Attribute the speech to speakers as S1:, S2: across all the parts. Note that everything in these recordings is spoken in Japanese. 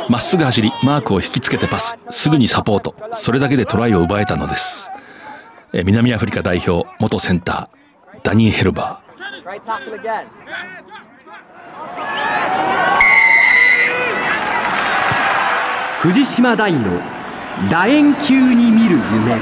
S1: まっすぐ走りマークを引きつけてパス、すぐにサポート、それだけでトライを奪えたのです。南アフリカ代表元センターダニー・ヘルバー。
S2: 藤島大の楕円球に見る夢。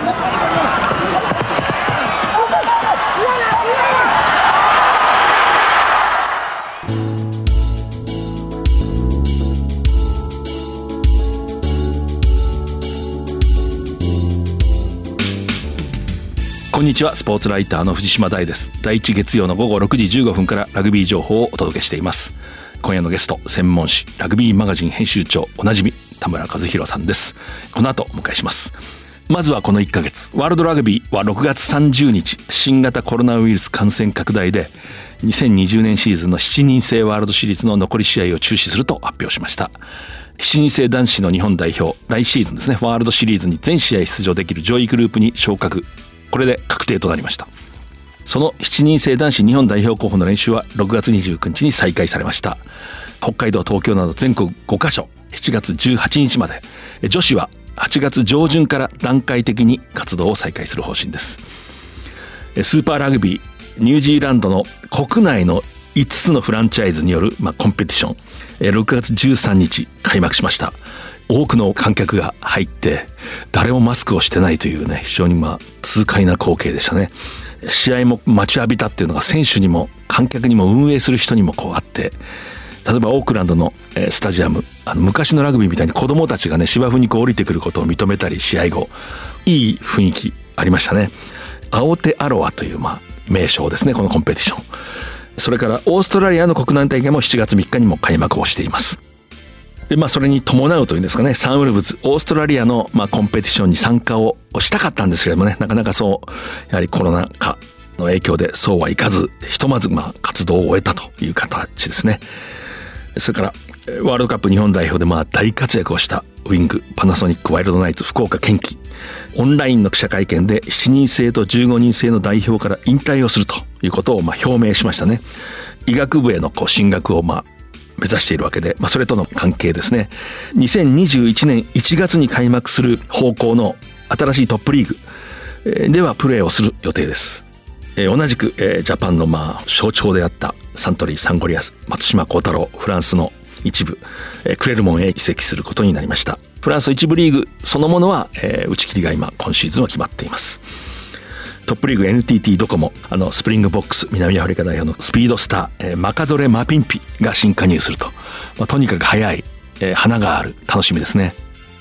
S1: こんにちは、スポーツライターの藤島大です。第1月曜の午後6時15分からラグビー情報をお届けしています。今夜のゲスト、専門誌ラグビーマガジン編集長おなじみ田村和弘さんです。この後お迎えします。まずはこの1ヶ月、ワールドラグビーは6月30日新型コロナウイルス感染拡大で2020年シーズンの7人制ワールドシリーズの残り試合を中止すると発表しました。7人制男子の日本代表、来シーズンですね、ワールドシリーズに全試合出場できる上位グループに昇格、これで確定となりました。その7人制男子日本代表候補の練習は6月29日に再開されました。北海道、東京など全国5カ所、7月18日まで、女子は8月上旬から段階的に活動を再開する方針です。スーパーラグビー、ニュージーランドの国内の5つのフランチャイズによるコンペティション、6月13日開幕しました。多くの観客が入って誰もマスクをしてないというね、非常に痛快な光景でしたね。試合も待ちわびたっていうのが選手にも観客にも運営する人にもあって、例えばオークランドのスタジアム、昔のラグビーみたいに子どもたちがね芝生に降りてくることを認めたり、試合後いい雰囲気ありましたね。アオテアロアという名称ですね、このコンペティション。それからオーストラリアの国内大会も7月3日にも開幕をしています。でそれに伴うというんですかね、サンウルブズオーストラリアのコンペティションに参加をしたかったんですけれどもね、なかなかやはりコロナ禍の影響でそうはいかず、ひとまず活動を終えたという形ですね。それからワールドカップ日本代表で大活躍をしたウィングパナソニックワイルドナイツ福岡堅樹、オンラインの記者会見で7人制と15人制の代表から引退をするということを表明しましたね。医学部への進学を目指しているわけで、それとの関係ですね。2021年1月に開幕する方向の新しいトップリーグではプレーをする予定です。同じくジャパンの象徴であったサントリーサンゴリアス松島幸太郎、フランスの一部クレルモンへ移籍することになりました。フランス一部リーグそのものは打ち切りが今シーズンは決まっています。トップリーグ NTT ドコモ、スプリングボックス南アフリカ代表のスピードスターマカゾレ・マピンピが新加入すると、とにかく速い花がある、楽しみですね。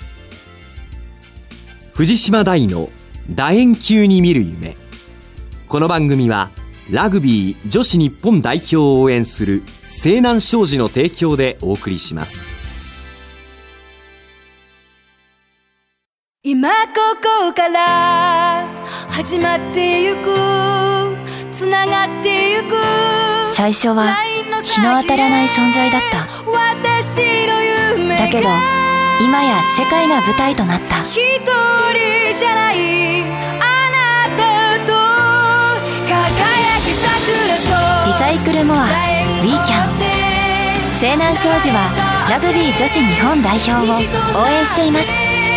S2: 藤島大の楕円球に見る夢。この番組はラグビー女子日本代表を応援する西南商事の提供でお送りします。
S3: 今ここから始まってゆく、つながってゆく。
S4: 最初は日の当たらない存在だった。
S3: 私の夢
S4: だけど今や世界が舞台となった。
S3: 一人じゃないあなたと輝き桜そう。
S4: リサイクルモア We Can。 西南商事はラグビー女子日本代表を応援しています。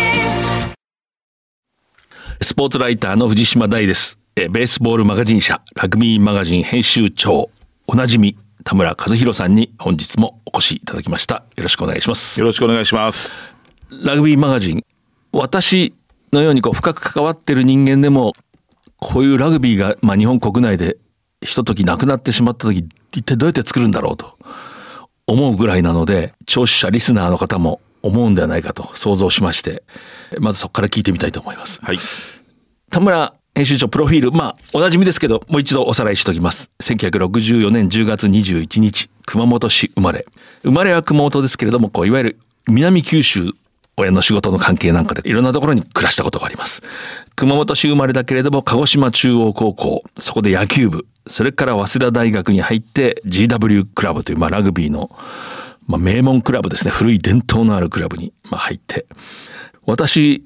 S1: スポーツライターの藤島大です。ベースボールマガジン社ラグビーマガジン編集長おなじみ田村和弘さんに本日もお越しいただきました。よろしくお願いします。
S5: よろしくお願いします。
S1: ラグビーマガジン、私のように深く関わっている人間でもこういうラグビーが日本国内でひとときなくなってしまった時、一体どうやって作るんだろうと思うぐらいなので、聴取者リスナーの方も思うんではないかと想像しまして、まずそこから聞いてみたいと思います。
S5: はい。
S1: 田村編集長プロフィール、おなじみですけどもう一度おさらいしておきます。1964年10月21日熊本市生まれは熊本ですけれども、いわゆる南九州、親の仕事の関係なんかでいろんなところに暮らしたことがあります。熊本市生まれだけれども鹿児島中央高校、そこで野球部、それから早稲田大学に入って GW クラブというラグビーの名門クラブですね、古い伝統のあるクラブに入って、私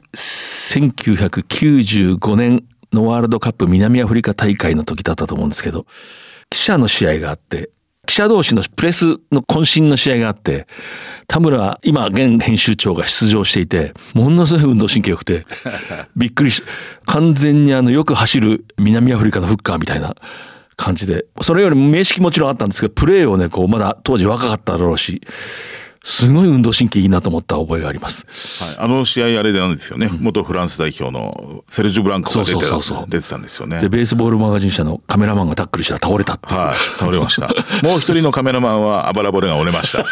S1: 1995年のワールドカップ南アフリカ大会の時だったと思うんですけど、記者の試合があって記者同士のプレスの渾身の試合があって、田村今現編集長が出場していて、ものすごい運動神経良くてびっくりし、完全によく走る南アフリカのフッカーみたいな感じで、それよりも名識もちろんあったんですけど、プレーをねこうまだ当時若かっただろうし、すごい運動神経いいなと思った覚えがあります。
S5: はい、試合あれなんですよね、元フランス代表のセルジュ・ブランコが出てたんですよね。
S1: でベースボールマガジン社のカメラマンがタックルしたら倒れたって。
S5: はい、倒れましたもう一人のカメラマンはあばら骨が折れました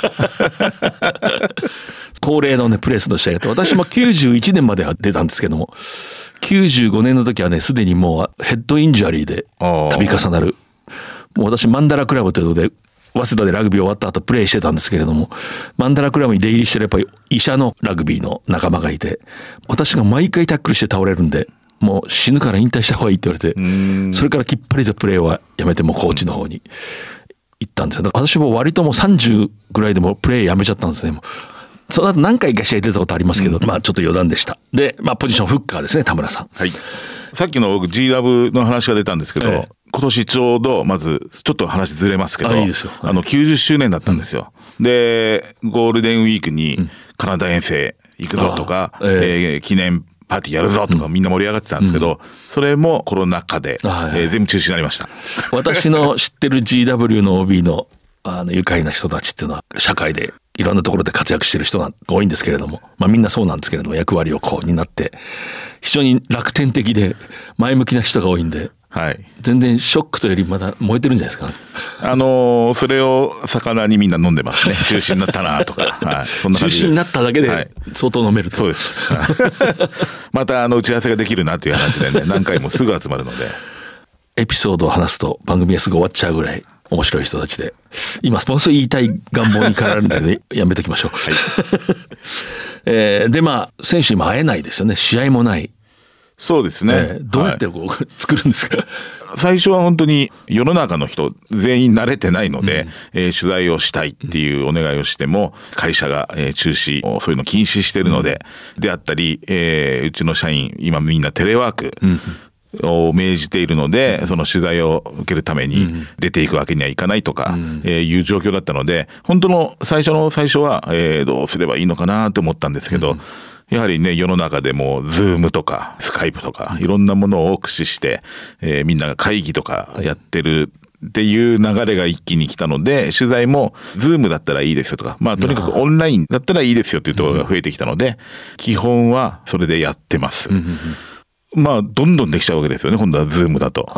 S1: 恒例のねプレスの試合と、私も91年までは出たんですけども、95年の時はねすでにもうヘッドインジュアリーで度重なる、もう私マンダラクラブということで早稲田でラグビー終わった後プレーしてたんですけれども、マンダラクラブに出入りしてるやっぱり医者のラグビーの仲間がいて、私が毎回タックルして倒れるんで、もう死ぬから引退した方がいいって言われて、それからきっぱりとプレーはやめてもうコーチの方に行ったんですよ。だから私も割ともう30ぐらいでもプレーやめちゃったんですね。もうその後何回か試合出たことありますけど、まあちょっと余談でした。で、まあポジションフッカーですね、田村さん。
S5: はい。さっきの僕 G ラブの話が出たんですけど、今年ちょうどまずちょっと話ずれますけど、
S1: いいですよ。
S5: 90周年だったんですよ。でゴールデンウィークにカナダ遠征行くぞとか、記念パーティーやるぞとかみんな盛り上がってたんですけど、それもコロナ禍で、全部中止になりました。
S1: 私の知ってる GW の OB の愉快な人たちっていうのは社会でいろんなところで活躍してる人が多いんですけれども、まあみんなそうなんですけれども、役割をこう担って非常に楽天的で前向きな人が多いんで、はい、全然ショックというよりまだ燃えてるんじゃないですかね。
S5: それを魚にみんな飲んでますね。中止になったなとか、はい、そんな感じです。
S1: 中止になっただけで相当飲めると、
S5: そうですまた打ち合わせができるなという話でね、何回もすぐ集まるので
S1: エピソードを話すと番組はすぐ終わっちゃうぐらい面白い人たちで、今ものすごい言いたい願望に駆られるんですけどやめときましょう、はいでまあ選手にも会えないですよね。試合もない。
S5: そうですね、
S1: どうやってこう、作るんですか。
S5: 最初は本当に世の中の人全員慣れてないので、取材をしたいっていうお願いをしても会社が中止をそういうの禁止してるので、であったり、うちの社員今みんなテレワークを命じているので、その取材を受けるために出ていくわけにはいかないとかいう状況だったので、本当の最初はどうすればいいのかなと思ったんですけど、やはりね世の中でもズームとかスカイプとかいろんなものを駆使して、みんなが会議とかやってるっていう流れが一気に来たので、取材もズームだったらいいですよとか、まあとにかくオンラインだったらいいですよっていうところが増えてきたので、基本はそれでやってます。まあどんどんできちゃうわけですよね。今度はズームだと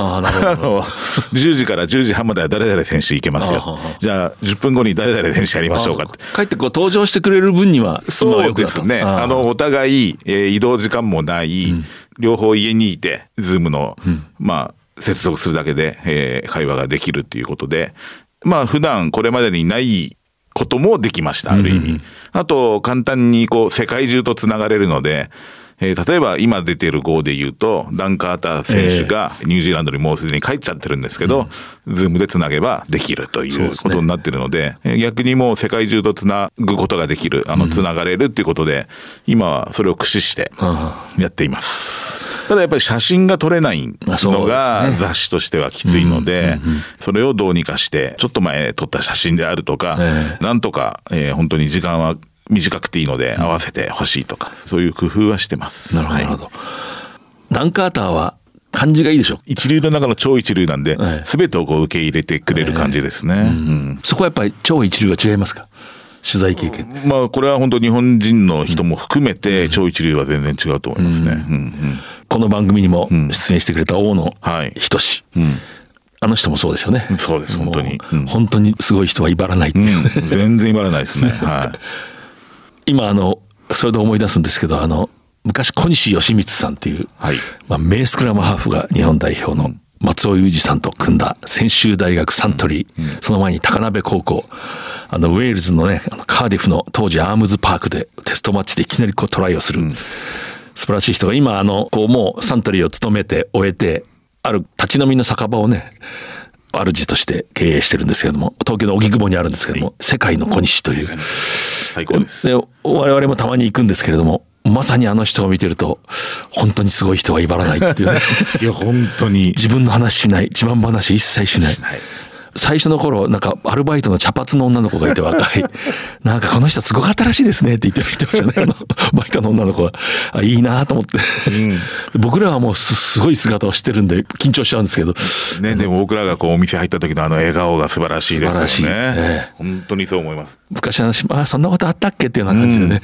S5: 10時から10時半までは誰々選手行けますよ。じゃあ10分後に誰々選手やりましょうかって
S1: 帰ってこう登場してくれる分には
S5: そうですね。お互い、移動時間もない、両方家にいてズームの、まあ接続するだけで、会話ができるっていうことで、まあ普段これまでにないこともできました。ある意味、あと簡単にこう世界中とつながれるので、例えば今出ている号で言うとダン・カーター選手がニュージーランドにもうすでに帰っちゃってるんですけど、ズームでつなげばできるということになってるので、逆にもう世界中とつなぐことができる、つながれるっていうことで、今はそれを駆使してやっています。ただやっぱり写真が撮れないのが雑誌としてはきついので、それをどうにかしてちょっと前撮った写真であるとか、なんとか本当に時間は短くていいので合わせてほしいとか、そういう工夫はしてます。
S1: なるほど、ダン・カーターは感じがいいでしょ。
S5: 一流の中の超一流なんで、全てをこう受け入れてくれる感じですね。
S1: そこはやっぱり超一流は違いますか。取材経験。
S5: まあこれは本当日本人の人も含めて超一流は全然違うと思いますね。
S1: この番組にも出演してくれた大野仁志、あの人もそうですよね。
S5: そうです、本当に、
S1: 本当にすごい人は威張らないっていう、
S5: 全然威張らないですね。はい
S1: 今それで思い出すんですけど、昔小西義光さんっていう、名スクラムハーフが日本代表の松尾裕二さんと組んだ専修大学サントリー、その前に高鍋高校、ウェールズのねカーディフの当時アームズパークでテストマッチでいきなりこうトライをする、素晴らしい人が今こうもうサントリーを務めて終えて、ある立ち飲みの酒場をね主として経営してるんですけれども、東京の荻窪にあるんですけども、世界の小西という
S5: 最高です。
S1: で我々もたまに行くんですけれども、まさにあの人を見てると本当にすごい人は威張らないっていうね
S5: いや本当に
S1: 自分の話しない、自慢話一切しない、 最初の頃なんかアルバイトの茶髪の女の子がいて若いなんかこの人すごかったらしいですねって言ってましたねバイトの女の子は。いいなと思って、僕らはもうすごい姿をしてるんで緊張しちゃうんですけど
S5: ね。でも僕らがこうお店入った時の笑顔が素晴らしいですよね。本当にそう思います。
S1: 昔そんなことあったっけっていうような感じでね、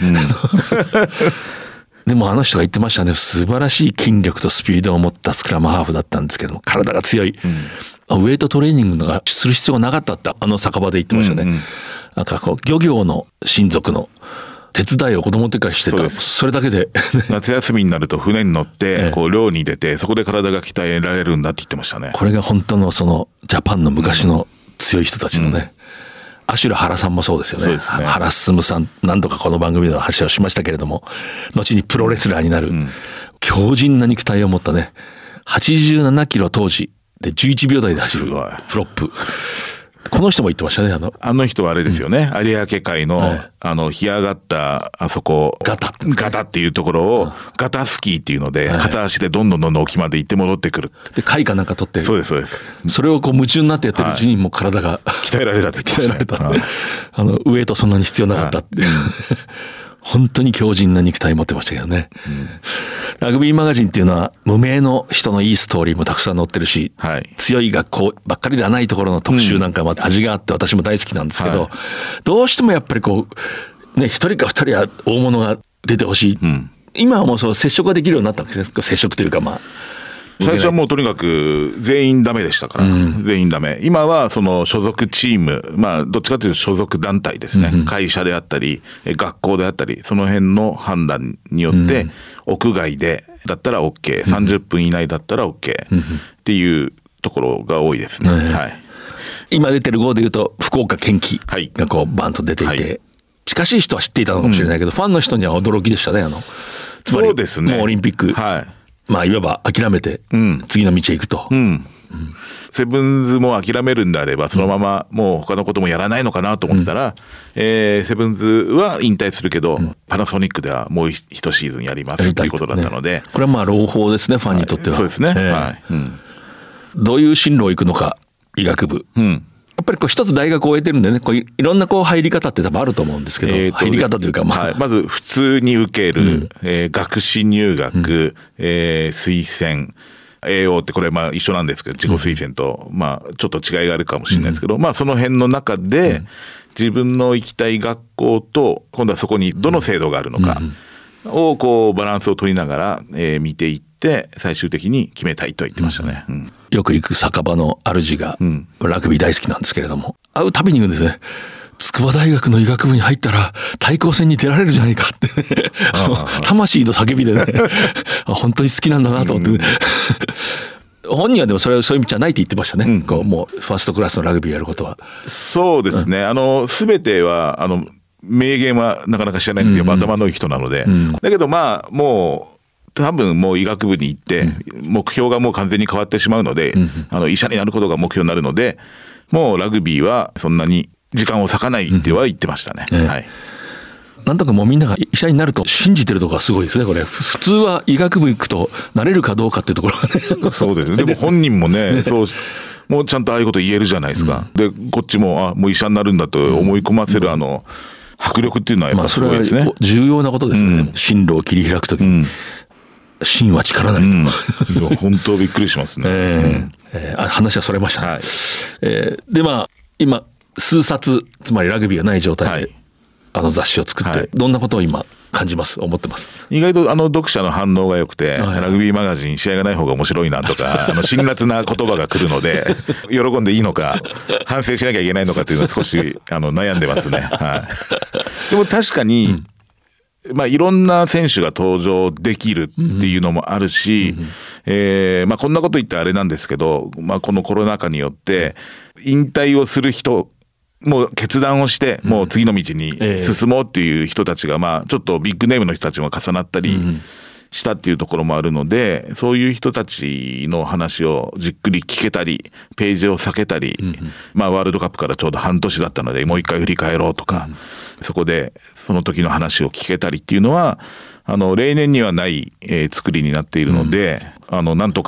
S1: でもあの人が言ってましたね。素晴らしい筋力とスピードを持ったスクラムハーフだったんですけども、体が強い、ウェイトトレーニングがする必要がなかったって酒場で言ってましたね。なんかこう漁業の親族の手伝いを子供の時からしてた。それだけで
S5: 夏休みになると船に乗ってこう漁に出て、そこで体が鍛えられるんだって言ってましたね。
S1: これが本当のそのジャパンの昔の強い人たちのね、アシュラ原さんもそうですよね。原進さん、何度かこの番組での話をしましたけれども、後にプロレスラーになる、強靭な肉体を持ったね、87キロ当時で11秒台で走るプロップ。この人も言ってましたね。
S5: あの人はあれですよね、有明海の、干上がったあそこガタっていうところをガタスキーっていうので、片足でどんどん沖まで行って戻ってくる。
S1: で貝かなんか取って、
S5: そうですそうです。
S1: それをこう夢中になってやってるうちにもう体が
S5: 鍛えられたって言ってましたね。
S1: ウエイトそんなに必要なかったって、本当に強靭な肉体持ってましたけどね、ラグビーマガジンっていうのは無名の人のいいストーリーもたくさん載ってるし、強い学校ばっかりではないところの特集なんかも味があって私も大好きなんですけど、どうしてもやっぱりこうね、一人か二人は大物が出てほしい、今はもうそう接触ができるようになったんですね。接触というか
S5: 最初はもうとにかく全員ダメでしたから、全員ダメ。今はその所属チーム、どっちかというと所属団体ですね、会社であったり学校であったり、その辺の判断によって、屋外でだったら OK、30分以内だったら OK っていうところが多いですね。
S1: 今出てる号でいうと福岡堅樹がこうバンと出ていて、近しい人は知っていたのかもしれないけど、ファンの人には驚きでしたね。
S5: そうですね。
S1: もうオリンピック、いわば諦めて次の道へ行くと、
S5: セブンズも諦めるんであればそのままもう他のこともやらないのかなと思ってたら、セブンズは引退するけど、パナソニックではもう一シーズンやりますっていうことだったので、こ
S1: れは朗報ですね、ファンにとっては。
S5: そうですね。
S1: どういう進路を行くのか、医学部、やっぱりこう一つ大学を終えてるんでね、こういろんなこう入り方って多分あると思うんですけど、入り方というか
S5: まず普通に受ける、学士入学、推薦、AO ってこれ一緒なんですけど、自己推薦とちょっと違いがあるかもしれないですけど、その辺の中で自分の行きたい学校と今度はそこにどの制度があるのかをこうバランスを取りながら、見ていって最終的に決めたいと言ってましたね。
S1: よく行く酒場の主がラグビー大好きなんですけれども、会うたびに言うんですね。筑波大学の医学部に入ったら対抗戦に出られるじゃないかって、ね、魂の叫びでね本当に好きなんだなと思って、ね、本人はでもそういう意味じゃないって言ってましたね、こうもうファーストクラスのラグビーやることは。
S5: そうですね、全ては名言はなかなか知らないんですけど、頭のいい人なので、だけどもう多分もう医学部に行って目標がもう完全に変わってしまうので、医者になることが目標になるので、もうラグビーはそんなに時間を割かないっては言ってましたね。
S1: なんとかもうみんなが医者になると信じてるところがすごいですね。これ普通は医学部行くとなれるかどうかっていうところがね
S5: そうですね。でも本人もねそうもうちゃんとああいうこと言えるじゃないですか、でこっちももう医者になるんだと思い込ませる迫力っていうのはやっぱすごいですね。
S1: それは重要なことですね、進路を切り開くときに、芯は力なりと、
S5: 本当びっくりしますね。
S1: 話はそれました、で今数冊、つまりラグビーがない状態で、雑誌を作って、どんなことを今感じます、思ってます？
S5: 意外と読者の反応が良くて、ラグビーマガジン試合がない方が面白いなとか辛辣な言葉が来るので喜んでいいのか反省しなきゃいけないのかというのは少し悩んでますね。でも確かに、いろんな選手が登場できるっていうのもあるし、こんなこと言ってあれなんですけど、このコロナ禍によって引退をする人もう決断をしてもう次の道に進もうっていう人たちがちょっとビッグネームの人たちも重なったりしたっていうところもあるので、そういう人たちの話をじっくり聞けたりページを避けたり、ワールドカップからちょうど半年だったのでもう一回振り返ろうとか、そこでその時の話を聞けたりっていうのは例年にはない作りになっているので、なんとか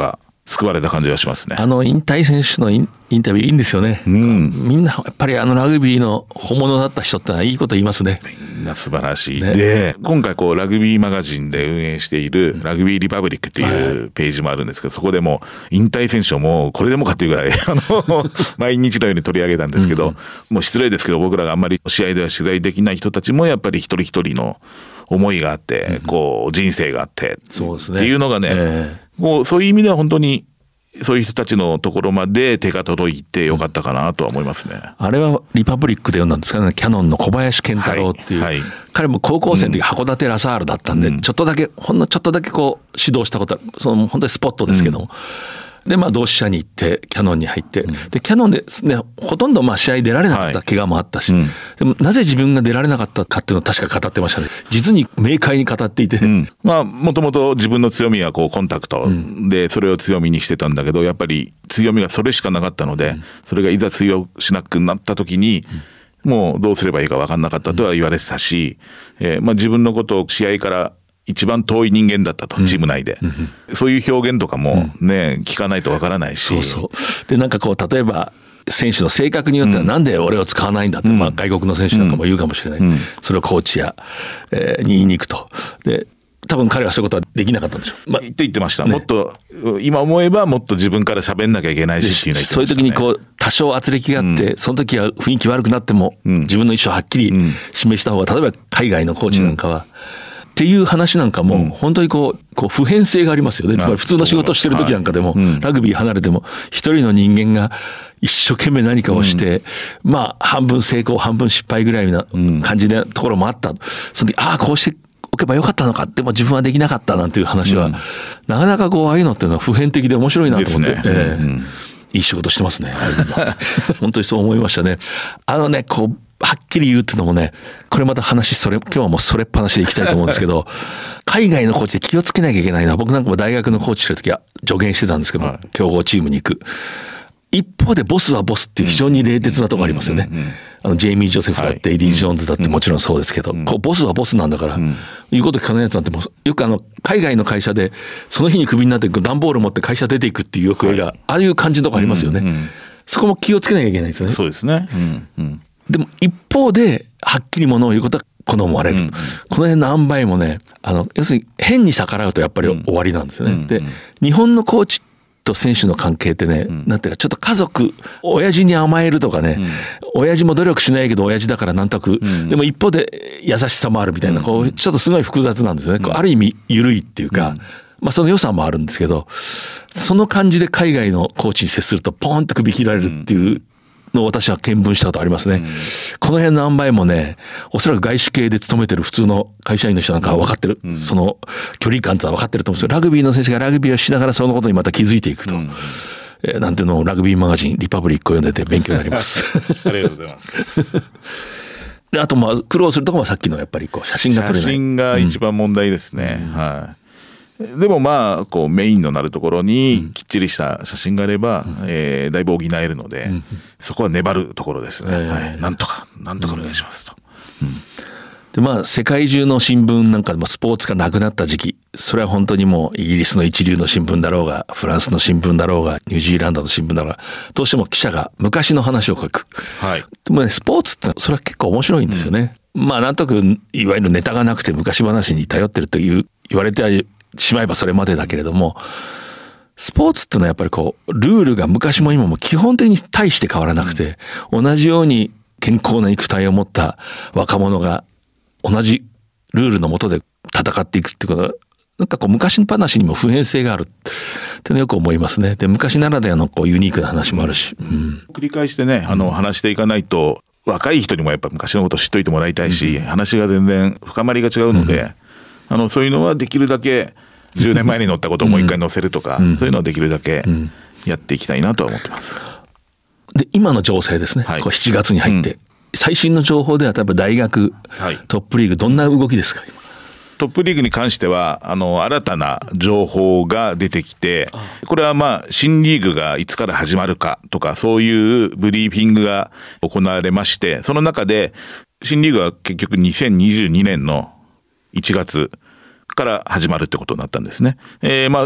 S5: 救われた感じがしますね。
S1: 引退選手のインタビューいいんですよね、みんなやっぱりラグビーの本物だった人ってのはいいこと言いますね。
S5: みんな素晴らしい、ね、で今回ラグビーマガジンで運営しているラグビーリパブリックっていうページもあるんですけど、そこでも引退選手をもうこれでもかっていうぐらい毎日のように取り上げたんですけど、もう失礼ですけど僕らがあんまり試合では取材できない人たちもやっぱり一人一人の思いがあって、人生があって
S1: そうですね、
S5: っていうのがね、そういう意味では本当にそういう人たちのところまで手が届いてよかったかなとは思いますね。
S1: あれはリパブリックで読んだんですかね。キャノンの小林健太郎っていう、彼も高校生の時函館ラサールだったんで、ちょっとだけほんのちょっとだけ指導したことは本当にスポットですけども、で同志社に行ってキャノンに入って、でキャノンで、ね、ほとんど試合出られなかった、怪我もあったし、でもなぜ自分が出られなかったかっていうのを確か語ってましたね。実に明快に語っていて、
S5: もともと自分の強みはコンタクトでそれを強みにしてたんだけど、やっぱり強みがそれしかなかったので、それがいざ通用しなくなった時に、もうどうすればいいか分かんなかったとは言われてたし、自分のことを試合から一番遠い人間だったと、チーム内で、そういう表現とかもね、聞かないとわからないし、
S1: で例えば選手の性格によってはなんで俺を使わないんだって、外国の選手なんかも言うかもしれない、それをコーチや、に言いに行くと。で多分彼はそういうことはできなかったんでしょう。
S5: 言ってました、もっと今思えばもっと自分から喋んなきゃいけないしっていうのは言ってましたね。
S1: そういう時に多少圧力があって、その時は雰囲気悪くなっても、自分の意思をはっきり示した方が、例えば海外のコーチなんかは、っていう話なんかも本当に普遍性がありますよね。つまり普通の仕事をしてる時なんかでも、ラグビー離れても一人の人間が一生懸命何かをして、半分成功半分失敗ぐらいな感じなところもあった。その時こうしておけばよかったのか、でも自分はできなかったなんていう話は、なかなかああいうのっていうのは普遍的で面白いなと思って、いい仕事してますね。本当にそう思いましたね。はっきり言うっていうのもね、これまた今日はもうそれっぱなしでいきたいと思うんですけど、海外のコーチで気をつけなきゃいけないのは、僕なんかも大学のコーチしてる時は助言してたんですけど、強豪チームに行く。一方でボスはボスっていう非常に冷徹なところありますよね。ジェイミー・ジョセフだって、エディ・ジョーンズだってもちろんそうですけど、ボスはボスなんだから、言うこと聞かないやつなんてもよく海外の会社でその日にクビになって段ボール持って会社出ていくっていうよくああいう感じのとこありますよね。そこも気をつけなきゃいけないんですよね。
S5: そうですね。
S1: でも一方ではっきりものを言うことは好まれる、この辺の塩梅もね、要するに変に逆らうとやっぱり終わりなんですよね。で日本のコーチと選手の関係ってね、なんていうかちょっと家族、親父に甘えるとかね、親父も努力しないけど親父だからなんとなく、でも一方で優しさもあるみたいな、ちょっとすごい複雑なんですよね。ある意味緩いっていうか、その良さもあるんですけど、その感じで海外のコーチに接するとポンと首切られるっていうのを私は見聞したことありますね。この辺の塩梅もね、おそらく外資系で勤めてる普通の会社員の人なんかは分かってる、その距離感ってのは分かってると思うんですよ。ラグビーの選手がラグビーをしながらそのことにまた気づいていくと、なんていうのをラグビーマガジンリパブリックを読んでて勉強になります
S5: ありがとうございます
S1: であと苦労するところはさっきのやっぱり写真が撮れない、
S5: 写真が一番問題ですね。でもメインのなるところにきっちりした写真があれば、だいぶ補えるので、そこは粘るところですね。なんとかお願いしますと。
S1: で世界中の新聞なんかでもスポーツがなくなった時期、それは本当にもうイギリスの一流の新聞だろうが、フランスの新聞だろうが、ニュージーランドの新聞だろうが、どうしても記者が昔の話を書く。でもね、スポーツってそれは結構面白いんですよね。なんとなくいわゆるネタがなくて昔話に頼ってると言われてしまえばそれまでだけれども、スポーツってのはやっぱりルールが昔も今も基本的に大して変わらなくて、同じように健康な肉体を持った若者が同じルールの下で戦っていくってことは、なんか昔話にも普遍性があるってよく思いますね。で昔ならではのユニークな話もあるし、
S5: 繰り返してね話していかないと、若い人にもやっぱ昔のことを知っといてもらいたいし、話が全然深まりが違うので、そういうのはできるだけ10年前に載ったことをもう一回載せるとか、そういうのはできるだけやっていきたいなとは思ってます。
S1: で今の情勢ですね、7月に入って、最新の情報では例えば大学、トップリーグどんな動きですか？
S5: トップリーグに関しては新たな情報が出てきて、これは新リーグがいつから始まるかとか、そういうブリーフィングが行われまして、その中で新リーグは結局2022年の1月から始まるってことになったんですね。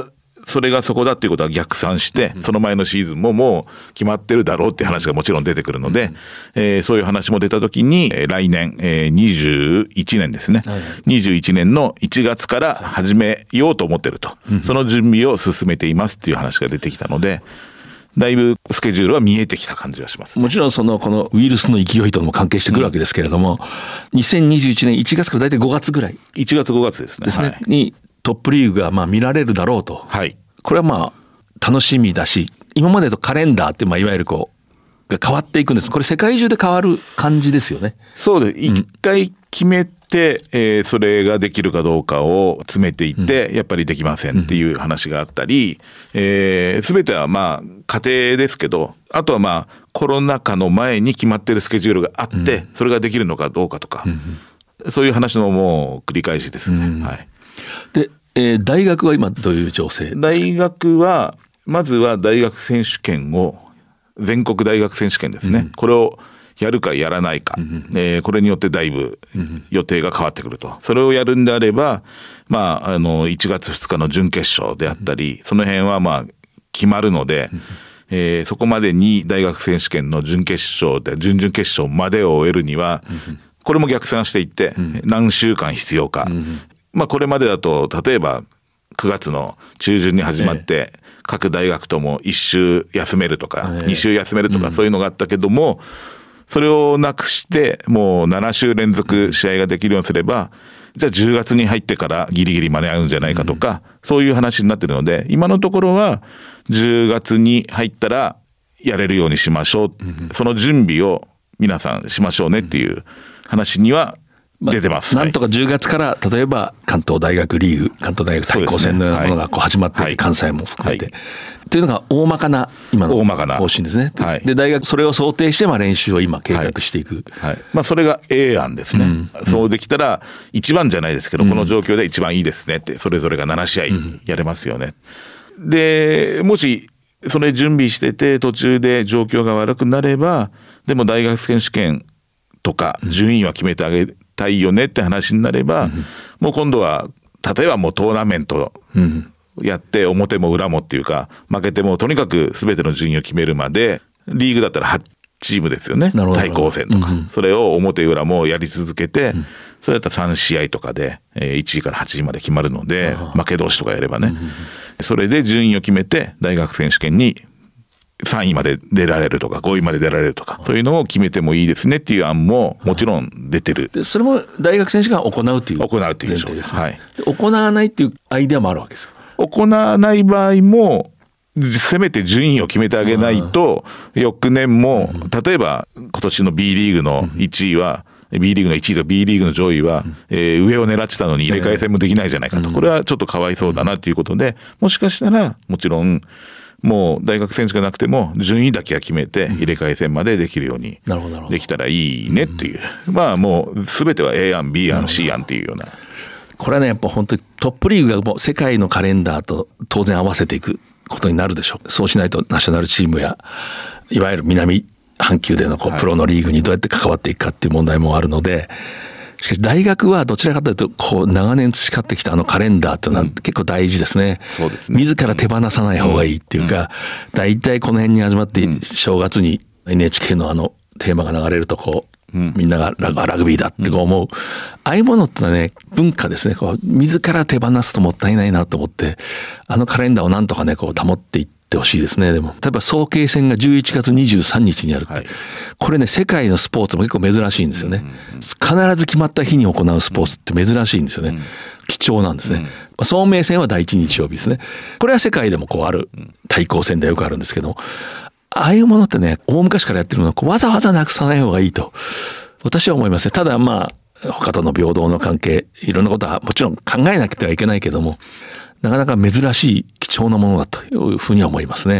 S5: それがそこだっていうことは逆算して、その前のシーズンももう決まってるだろうっていう話がもちろん出てくるので、そういう話も出た時に来年、21年ですね、21年の1月から始めようと思ってると、その準備を進めていますっていう話が出てきたので、だいぶスケジュールは見えてきた感じがします。
S1: もちろんこのウイルスの勢いとも関係してくるわけですけれども、2021年1月から大体5月ぐらい
S5: 1月5月ですね、はい、
S1: にトップリーグが見られるだろうと、
S5: はい、
S1: これは楽しみだし、今までとカレンダーっていわゆるが変わっていくんです。これ世界中で変わる感じですよね。
S5: そうです。一回決めて、それができるかどうかを詰めていって、やっぱりできませんっていう話があったり、全ては家庭ですけど、あとはコロナ禍の前に決まってるスケジュールがあって、それができるのかどうかとか、そういう話のもう繰り返しですね。はい。
S1: で、大学は今どういう情勢ですか？
S5: 大学はまずは大学選手権を、全国大学選手権ですね、これをやるかやらないか、これによってだいぶ予定が変わってくると。それをやるんであれば、1月2日の準決勝であったり、その辺は決まるので、そこまでに大学選手権の準決勝で準々決勝までを終えるには、これも逆算していって、何週間必要か、これまでだと例えば9月の中旬に始まって、各大学とも1週休めるとか、2週休めるとか、そういうのがあったけども、それをなくしてもう7週連続試合ができるようにすれば、じゃあ10月に入ってからギリギリ間に合うんじゃないかとか、そういう話になってるので、今のところは10月に入ったらやれるようにしましょう、その準備を皆さんしましょうねっていう話には出てます。
S1: なんとか10月から例えば関東大学リーグ、関東大学対抗戦のようなものが始まっていて、関西も含めて、というのが大まかな今の方針ですね。で、大学それを想定して練習を今計画していく。
S5: それが A 案ですね。そうできたら一番じゃないですけど、この状況で一番いいですねって、それぞれが7試合やれますよね。で、もしそれ準備してて途中で状況が悪くなれば、でも大学選手権とか順位は決めてあげたいよねって話になれば、もう今度は例えばもうトーナメントやって表も裏もっていうか、負けてもとにかく全ての順位を決めるまで、リーグだったら8チームですよね、対抗戦とか、それを表裏もやり続けて、それだったら3試合とかで1位から8位まで決まるので、負け同士とかやればね、それで順位を決めて大学選手権に3位まで出られるとか5位まで出られるとか、そういうのを決めてもいいですねっていう案ももちろん出てる。
S1: でそれも大学選手が行うという前提ですね。行わないっていうアイデアもあるわけですか？
S5: 行わない場合もせめて順位を決めてあげないと、翌年も例えば今年の B リーグの1位は、B リーグの1位と B リーグの上位は、上を狙ってたのに入れ替え戦もできないじゃないかと、これはちょっとかわいそうだなということで、もしかしたらもちろんもう大学選手がなくても順位だけは決めて入れ替え戦までできるようにできたらいいねっていう、もう全ては A 案 B 案 C 案っていうような。
S1: これはね、やっぱ本当にトップリーグがもう世界のカレンダーと当然合わせていくことになるでしょう。そうしないとナショナルチームやいわゆる南半球でのプロのリーグにどうやって関わっていくかっていう問題もあるので、しかし大学はどちらかというと長年培ってきたカレンダーっていうのは結構大事ですね。
S5: そうですね。
S1: 自ら手放さない方がいいっていうか、だいたいこの辺に始まって正月に NHK のテーマが流れるとみんながラグビーだって思う、ああいうものってのはね、文化ですね。自ら手放すともったいないなと思って、カレンダーをなんとかね保っていってほしいですね。でも例えば早慶戦が11月23日にやるって、これね、世界のスポーツも結構珍しいんですよね。必ず決まった日に行うスポーツって珍しいんですよね。貴重なんですね。早明戦は第一日曜日ですね。これは世界でもある対抗戦でよくあるんですけど、ああいうものってね、大昔からやってるのはわざわざなくさない方がいいと私は思いますね。ただ他との平等の関係、いろんなことはもちろん考えなくてはいけないけども、なかなか珍しい貴重なものだというふうには思いますね。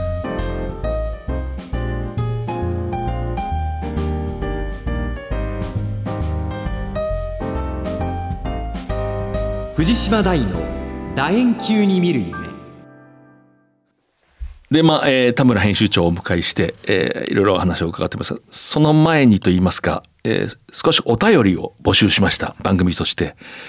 S2: 藤島大の楕円球に見る夢
S1: で、田村編集長をお迎えして、いろいろ話を伺ってますが、その前にといいますか、少しお便りを募集しました、番組として。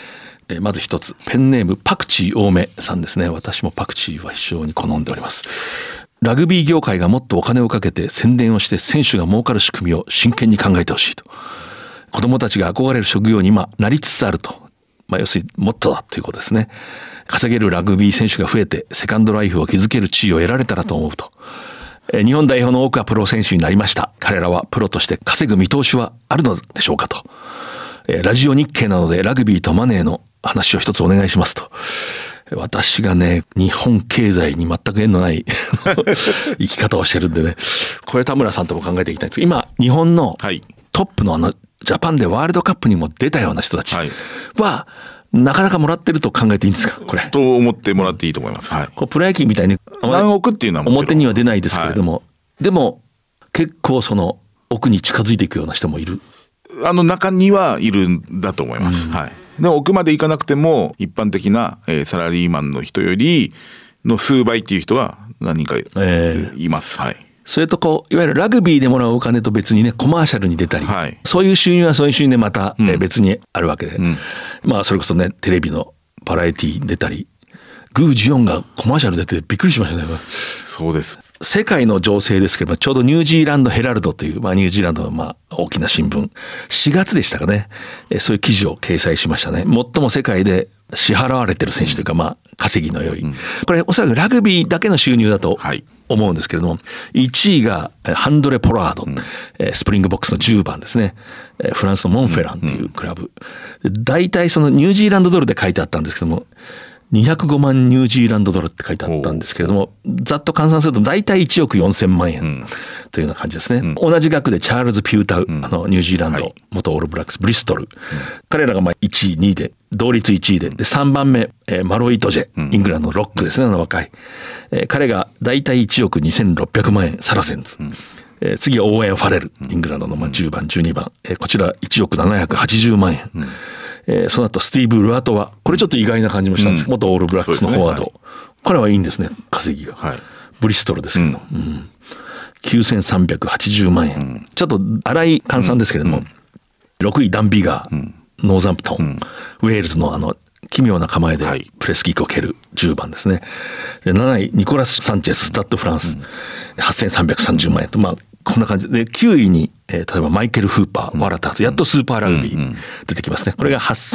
S1: まず一つ、ペンネームパクチー多めさんですね。私もパクチーは非常に好んでおります。ラグビー業界がもっとお金をかけて宣伝をして選手が儲かる仕組みを真剣に考えてほしいと。子供たちが憧れる職業に今なりつつあると。要するにもっとだということですね。稼げるラグビー選手が増えてセカンドライフを築ける地位を得られたらと思うと。日本代表の多くはプロ選手になりました。彼らはプロとして稼ぐ見通しはあるのでしょうかと。ラジオ日経なのでラグビーとマネーの話を一つお願いしますと。私がね、日本経済に全く縁のない生き方をしてるんでね、これ田村さんとも考えていきたいんですけど、今日本のトップのジャパンでワールドカップにも出たような人たちは、なかなかもらってると考えていいんですか、これ。
S5: と思ってもらっていいと思います。はい。
S1: こうプロ野球みたいに
S5: 何億っていうのはもちろん
S1: 表には出ないですけれども、でも結構その奥に近づいていくような人もいる。
S5: 中にはいるんだと思います。はい。で奥まで行かなくても一般的なサラリーマンの人よりの数倍っていう人は何人かいます。はい。
S1: それとこういわゆるラグビーでもらうお金と別にね、コマーシャルに出たり、そういう収入はそういう収入でまた別にあるわけで、それこそね、テレビのバラエティーに出たり、グー・ジヨンがコマーシャル出てびっくりしましたね。
S5: そうです。
S1: 世界の情勢ですけども、ちょうどニュージーランドヘラルドという、ニュージーランドの大きな新聞、4月でしたかね、そういう記事を掲載しましたね。最も世界で支払われてる選手というか、稼ぎの良い、これおそらくラグビーだけの収入だと思うんですけれども、1位がハンドレ・ポラード、スプリングボックスの10番ですね。フランスのモンフェランというクラブ。大体そのニュージーランドドルで書いてあったんですけども、205万ニュージーランドドルって書いてあったんですけれども、ざっと換算すると大体1億4000万円というような感じですね。同じ額でチャールズ・ピュータウ、ニュージーランド、元オールブラックスブリストル、彼らが1位2位で同率1位で、3番目マロイトジェ、イングランドのロックですね、若い、彼が大体1億2600万円、サラセンズ、次はオーウェン・ファレル、イングランドの10番12番、こちら1億780万円、その後スティーブ・ルアトワ、これちょっと意外な感じもしたんですけど、元オールブラックスのフォワード、彼はいいんですね、稼ぎが、ブリストルですけど、9380万円、ちょっと粗い換算ですけれども、6位ダン・ビガー、ノーザンプトン、ウェールズの奇妙な構えでプレスキックを蹴る10番ですね。で7位ニコラス・サンチェス、スタッド・フランス、8330万円と、こんな感じで、9位に、例えばマイケル・フーパー、ワラターズ、やっとスーパーラグビー出てきますね。これが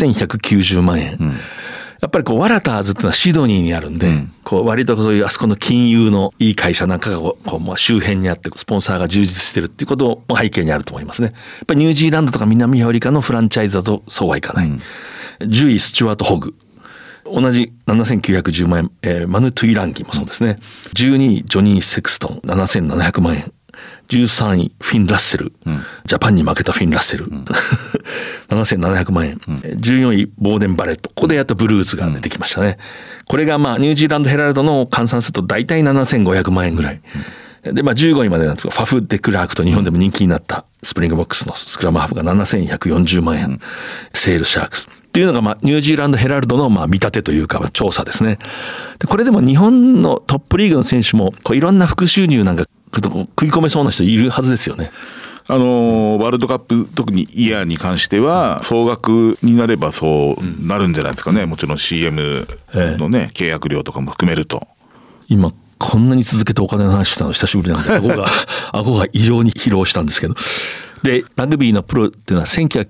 S1: 8190万円。やっぱりワラターズっていうのはシドニーにあるんで、割とそういうあそこの金融のいい会社なんかが周辺にあってスポンサーが充実してるっていうことも背景にあると思いますね。やっぱりニュージーランドとか南アフリカのフランチャイズだとそうはいかない。10位スチュワート・ホグ。同じ7910万円、マヌ・トゥイランギもそうですね。12位ジョニー・セクストン、7700万円。13位フィン・ラッセル、ジャパンに負けたフィン・ラッセル、7700万円、14位ボーデン・バレット、ここでやっとブルーズが出てきましたね。これがニュージーランドヘラルドの換算すると大体7500万円ぐらいで、15位までなんですけど、ファフ・デクラークと日本でも人気になったスプリングボックスのスクラムハーフが7140万円、セール・シャークスっていうのがニュージーランドヘラルドの見立てというか調査ですね。でこれでも日本のトップリーグの選手もいろんな副収入なんか食い込めそうな人いるはずですよね。
S5: ワールドカップ特にイヤーに関しては総額になればそうなるんじゃないですかね。もちろん CM のね、契約料とかも含めると。
S1: 今こんなに続けてお金の話したの久しぶりなんで顎が異常に疲労したんですけど、でラグビーのプロっていうのは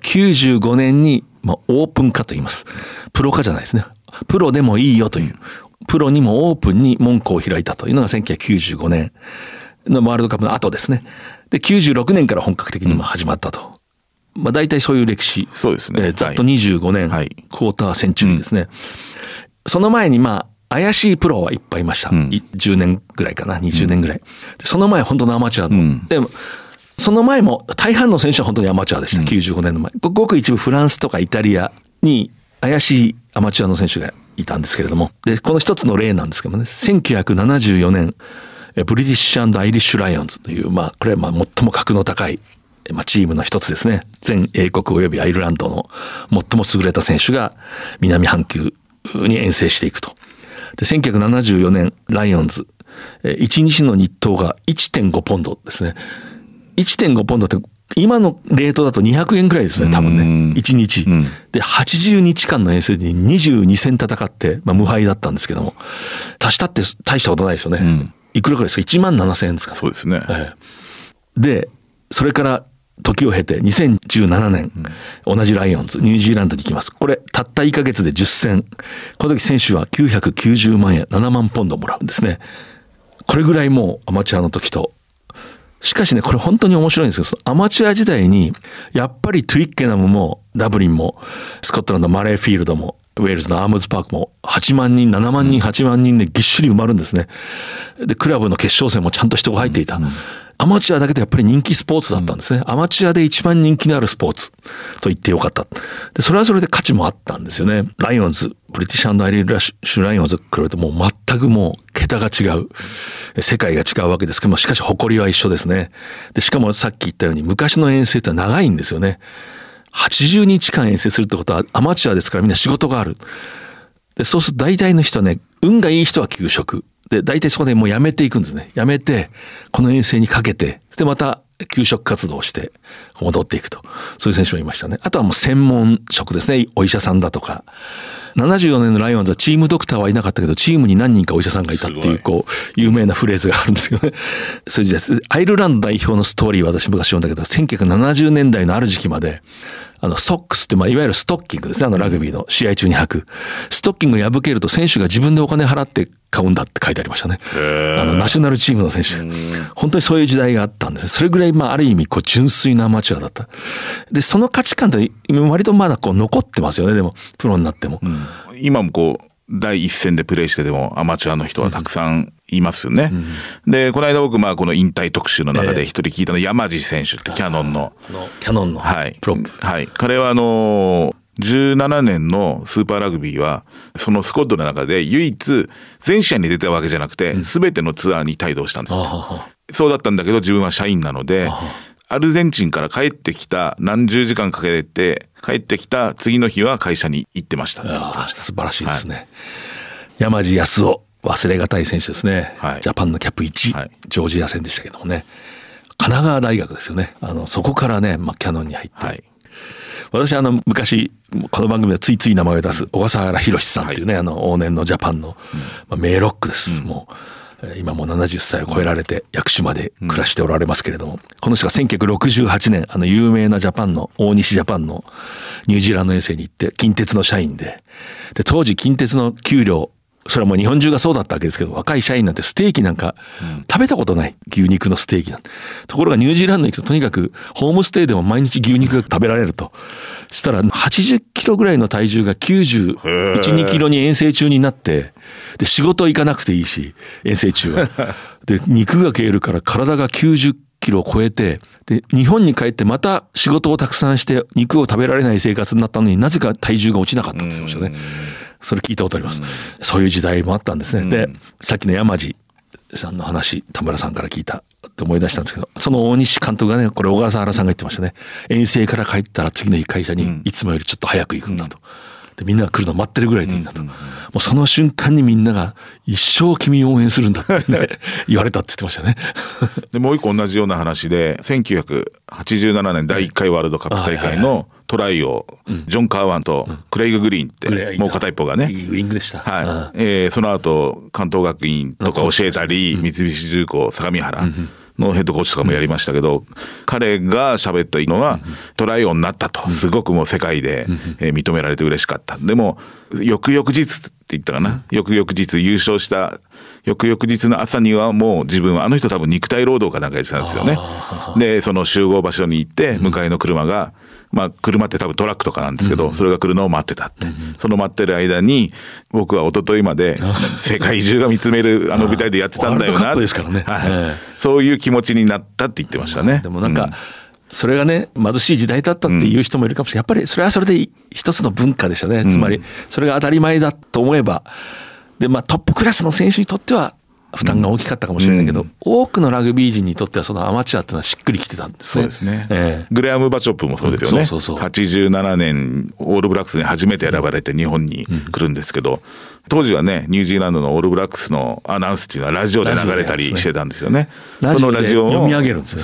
S1: 1995年にオープン化と言います。プロ化じゃないですね。プロでもいいよという、プロにもオープンに門戸を開いたというのが1995年のワールドカップの後ですね。で96年から本格的に始まったと、大体そういう歴史。
S5: そうですね。
S1: ざっと25年、クォーターセンチュリーですね。その前に怪しいプロはいっぱいいました。10年ぐらいかな、20年ぐらい。でその前本当のアマチュアの、でもその前も大半の選手は本当にアマチュアでした。95年の前。ごく一部フランスとかイタリアに怪しいアマチュアの選手がいたんですけれども、でこの一つの例なんですけどもね、1974年ブリティッシュ&アイリッシュライオンズという、これは最も格の高いチームの一つですね。全英国およびアイルランドの最も優れた選手が南半球に遠征していくと。で1974年ライオンズ、1日の日当が 1.5 ポンドですね。1.5 ポンドって今のレートだと200円ぐらいですね多分ね1日、で80日間の遠征に22戦戦って、無敗だったんですけども、足したって大したことないですよね、いくらくらいですか、1万7000円ですかね。
S5: そうですね、
S1: でそれから時を経て2017年、同じライオンズニュージーランドに行きます。これたった1ヶ月で10戦、この時選手は990万円7万ポンドもらうんですね。これぐらいもうアマチュアの時と。しかしねこれ本当に面白いんですけど、アマチュア時代にやっぱりトゥイッケナムもダブリンもスコットランドマレーフィールドもウェールズのアームズパークも8万人7万人8万人でぎっしり埋まるんですね。でクラブの決勝戦もちゃんと人が入っていた、アマチュアだけでやっぱり人気スポーツだったんですね、アマチュアで一番人気のあるスポーツと言ってよかった。でそれはそれで価値もあったんですよね。ライオンズブリティッシュ&アイリッシュライオンズ比べるともう全くもう桁が違う、世界が違うわけですけども、しかし誇りは一緒ですね。でしかもさっき言ったように昔の遠征って長いんですよね。80日間遠征するってことはアマチュアですからみんな仕事がある。でそうすると大体の人はね、運がいい人は休職で大体そこでもう辞めていくんですね。辞めてこの遠征にかけて、でまた休職活動をして戻っていくと、そういう選手もいましたね。あとはもう専門職ですね、お医者さんだとか。74年のライオンズはチームドクターはいなかったけどチームに何人かお医者さんがいたっていう有名なフレーズがあるんですけどね。そういう時代です。アイルランド代表のストーリーは私昔読んだけど、1970年代のある時期までソックスっていわゆるストッキングですね、ラグビーの試合中に履くストッキングを破けると選手が自分でお金払って買うんだって書いてありましたね。ナショナルチームの選手、本当にそういう時代があったんです。それぐらいある意味純粋なアマチュアだった。でその価値観って割とまだ残ってますよね。でもプロになっても、
S5: 今も第一線でプレーしてでもアマチュアの人はたくさんいますよね、でこの間僕この引退特集の中で一人聞いたのは山地選手ってキャノンの
S1: プロップ、
S5: 彼は17年のスーパーラグビーはそのスコットの中で唯一全試合に出たわけじゃなくて全てのツアーに帯同したんですって、そうだったんだけど自分は社員なのでアルゼンチンから帰ってきた何十時間かけて帰ってきた次の日は会社に行ってましたって言ってました。
S1: 素晴らしいですね、山地康夫忘れがたい選手ですね、ジャパンのキャップ1、ジョージア戦でしたけどもね、神奈川大学ですよね。そこからね、キャノンに入って、私昔この番組でついつい名前を出す小笠原宏さんっていうね、往年のジャパンの、名ロックです、もう今もう70歳を超えられて薬師まで暮らしておられますけれども、この人が1968年有名なジャパンの大西ジャパンのニュージーランド遠征に行って近鉄の社員で当時近鉄の給料、それはもう日本中がそうだったわけですけど、若い社員なんてステーキなんか食べたことない、牛肉のステーキなんて。ところがニュージーランドに行くととにかくホームステイでも毎日牛肉が食べられるとしたら80キロぐらいの体重が91、2キロに遠征中になって、で仕事行かなくていいし遠征中はで肉が消えるから体が90キロを超えて、で日本に帰ってまた仕事をたくさんして肉を食べられない生活になったのになぜか体重が落ちなかったって言ってましたね。それ聞いたことあります。そういう時代もあったんですね。でさっきの山地さんの話、田村さんから聞いたって思い出したんですけど、その大西監督がね、これ小笠原さんが言ってましたね。遠征から帰ったら次の日会社にいつもよりちょっと早く行くんだと、でみんなが来るの待ってるぐらいでいいんだと、もうその瞬間にみんなが一生君を応援するんだってね言われたって言ってましたね
S5: でもう一個同じような話で1987年第1回ワールドカップ大会のトライをジョン・カーワンとクレイグ・グリーンってもう片一方がね、
S1: いいウイングでした、
S5: その後関東学院とか教えたり、三菱重工相模原のヘッドコーチとかもやりましたけど、彼が喋ったのはトライ王になったと、すごくもう世界で認められて嬉しかった。でも翌々日って言ったかな、翌々日優勝した翌々日の朝にはもう自分は多分肉体労働かなんかやってたんですよね。でその集合場所に行って迎えの車が車って多分トラックとかなんですけど、それが来るのを待ってたって、その待ってる間に僕は一昨日まで世界中が見つめる舞台でやってたんだよな、そういう気持ちになったって言ってましたね。
S1: でもなんか、それがね貧しい時代だったっていう人もいるかもしれない。やっぱりそれはそれで一つの文化でしたね。つまりそれが当たり前だと思えば、でトップクラスの選手にとっては負担が大きかったかもしれないけど、多くのラグビー人にとってはそのアマチュアっていうのはしっくりきてたんですね。
S5: そうですね、グレアム・バチョップもそうですよね。87年オールブラックスに初めて選ばれて日本に来るんですけど、当時はねニュージーランドのオールブラックスのアナウンスっていうのはラジオで流れたりしてたんですよね。
S1: ラジオで読み上げるんですよね。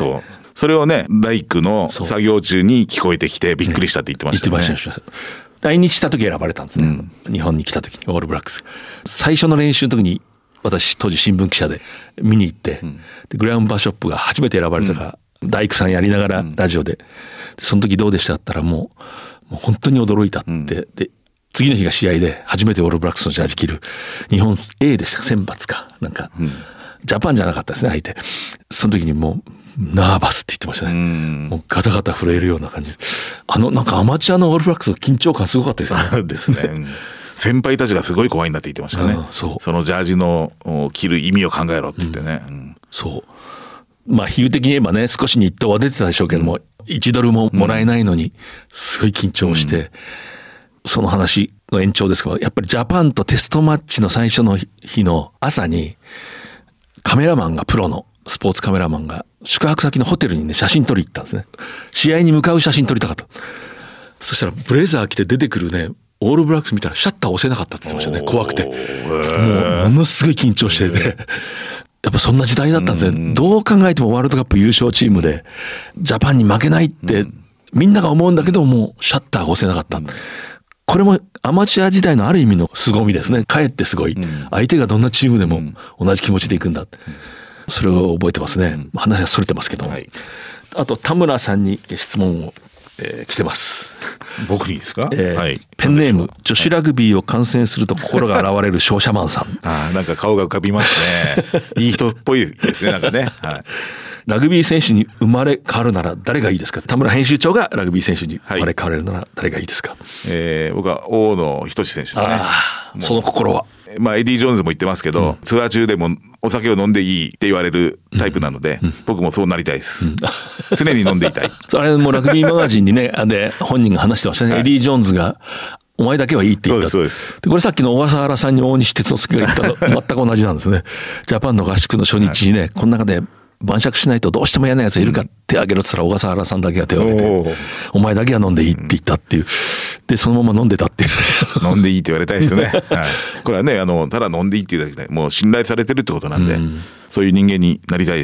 S5: それをね大工の作業中に聞こえてきてびっくりしたって言ってましたね。
S1: 言ってました。来日した時選ばれたんですね、日本に来た時にオールブラックス最初の練習の時に私当時新聞記者で見に行って、でグラウンバーショップが初めて選ばれたから、大工さんやりながらラジオで、その時どうでしたって言ったらもう本当に驚いたって、で次の日が試合で初めてオールブラックスのジャージ着る日本 A でした選抜かなんか、ジャパンじゃなかったですね相手。その時にもうナーバスって言ってましたね。もうガタガタ震えるような感じで、なんかアマチュアのオールブラックスの緊張感すごかったですよね。
S5: ですね。先輩たちがすごい怖いんだって言ってましたね。そのジャージの着る意味を考えろって言ってね。そうまあ比喩的に言えばね少し日当は出てたでしょうけども、1ドルももらえないのにすごい緊張して、その話の延長ですけど、やっぱりジャパンとテストマッチの最初の日の朝にカメラマンがプロのスポーツカメラマンが宿泊先のホテルにね写真撮り行ったんですね。試合に向かう写真撮りたかった。そしたらブレザー着て出てくるねオールブラックス見たらシャッター押せなかったって言ってましたね。怖くてもうものすごい緊張しててやっぱそんな時代だったんですね。どう考えてもワールドカップ優勝チームでジャパンに負けないってみんなが思うんだけど、もうシャッターが押せなかった。これもアマチュア時代のある意味の凄みですね。かえってすごい、相手がどんなチームでも同じ気持ちでいくんだって、それを覚えてますね。話がそれてますけど、あと田村さんに質問を、来てます。 僕にですか、
S1: ペンネーム女子ラグビーを観戦すると心が洗われる商社マンさん。
S5: なんか顔が浮かびますね。いい人っぽいですねなんかね。
S1: ラグビー選手に生まれ変わるなら誰がいいですか。田村編集長がラグビー選手に生まれ変われるなら誰がいいですか。
S5: 僕は大野仁選手ですね。
S1: その心は
S5: エディ・ジョーンズも言ってますけど、ツアー中でもお酒を飲んでいいって言われるタイプなので、僕もそうなりたいです、常に飲んでいたい。
S1: あれもラグビーマガジンにねで本人が話してましたね、エディ・ジョーンズがお前だけはいいって言った。
S5: そうです
S1: でこれさっきの小笠原さんに大西哲之助が言ったの全く同じなんですね。ジャパンの合宿の初日にね、この中で晩酌しないとどうしても嫌なやついるか手挙げろって言ったら小笠原さんだけが手を挙げて、お前だけは飲んでいいって言ったっていう。でそのまま飲んでたっていう
S5: 飲んでいいって言われたいですよね。これはねただ飲んでいいっていうだけでもう信頼されてるってことなんで、そういう人間になりたいです。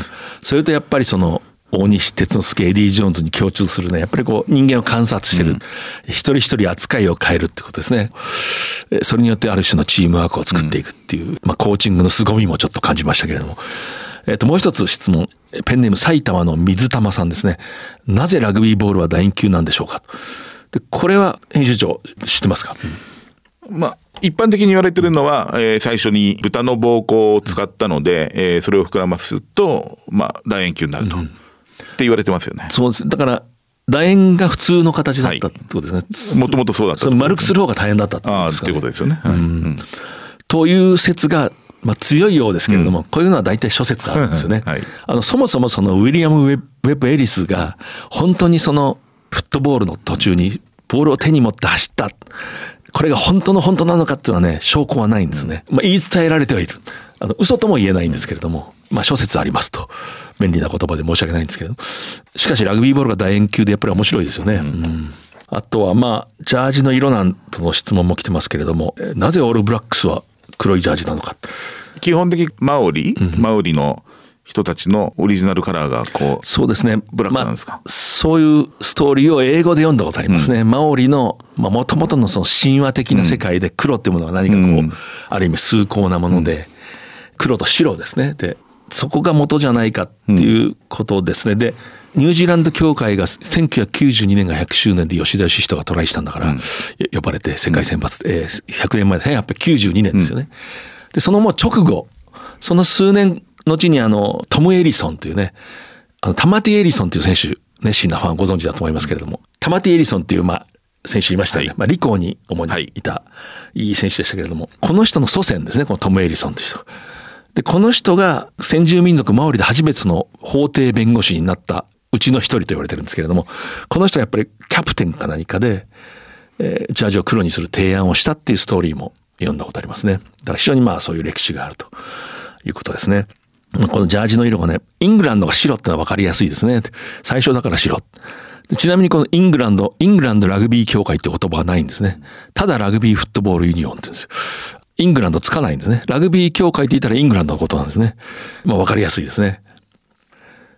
S1: それとやっぱりその大西哲之助エディ・ジョーンズに共通するね、やっぱりこう人間を観察してる、一人一人扱いを変えるってことですね。それによってある種のチームワークを作っていくっていう、コーチングの凄みもちょっと感じましたけれども、もう一つ質問、ペンネーム埼玉の水玉さんですね。なぜラグビーボールは楕円球なんでしょうか。でこれは編集長知ってますか。
S5: 一般的に言われてるのは、最初に豚の膀胱を使ったので、それを膨らますと楕円球になると、って言われてますよね。
S1: そうです。だから楕円が普通の形だったってことですね。
S5: もともとそうだった。
S1: 丸くする方が大変だったってことですかね。
S5: っていうことですよね。
S1: という説が強いようですけれども、こういうのは大体諸説あるんですよね。そもそもそのウィリアム・ウェブ・エリスが本当にそのフットボールの途中にボールを手に持って走った、これが本当なのかっていうのはね証拠はないんですね。言い伝えられてはいる。嘘とも言えないんですけれども、諸説ありますと便利な言葉で申し訳ないんですけれども、しかしラグビーボールが楕円球でやっぱり面白いですよね。あとはジャージの色なんとの質問も来てますけれども、なぜオールブラックスは黒いジャージなのか。
S5: 基本的にマオリの人たちのオリジナルカラーがこう、
S1: そうですね、
S5: ブラックなんですか。
S1: そういうストーリーを英語で読んだことありますね。マオリのもともとのその神話的な世界で黒っていうものは何かこう、ある意味崇高なもので、黒と白ですね。でそこが元じゃないかっていうことですね。でニュージーランド協会が1992年が100周年で吉田義人がトライしたんだから、呼ばれて世界選抜、100年前1892年ですよね。でそのもう直後、その数年後にトム・エリソンというね、タマティ・エリソンという選手、熱心なファンご存知だと思いますけれども、タマティ・エリソンという選手いましたね。理工に主にいたいい選手でしたけれども、この人の祖先ですね、このトム・エリソンという人で、この人が先住民族マオリで初めてその法廷弁護士になったうちの一人と言われてるんですけれども、この人はやっぱりキャプテンか何かで、ジャージを黒にする提案をしたっていうストーリーも読んだことありますね。だから非常にそういう歴史があるということですね。このジャージの色がね、イングランドが白ってのは分かりやすいですね。最初だから白。ちなみにこのイングランドラグビー協会って言葉はないんですね。ただラグビーフットボールユニオンって言うんですよ。イングランドつかないんですね。ラグビー協会って言ったらイングランドのことなんですね。分かりやすいですね。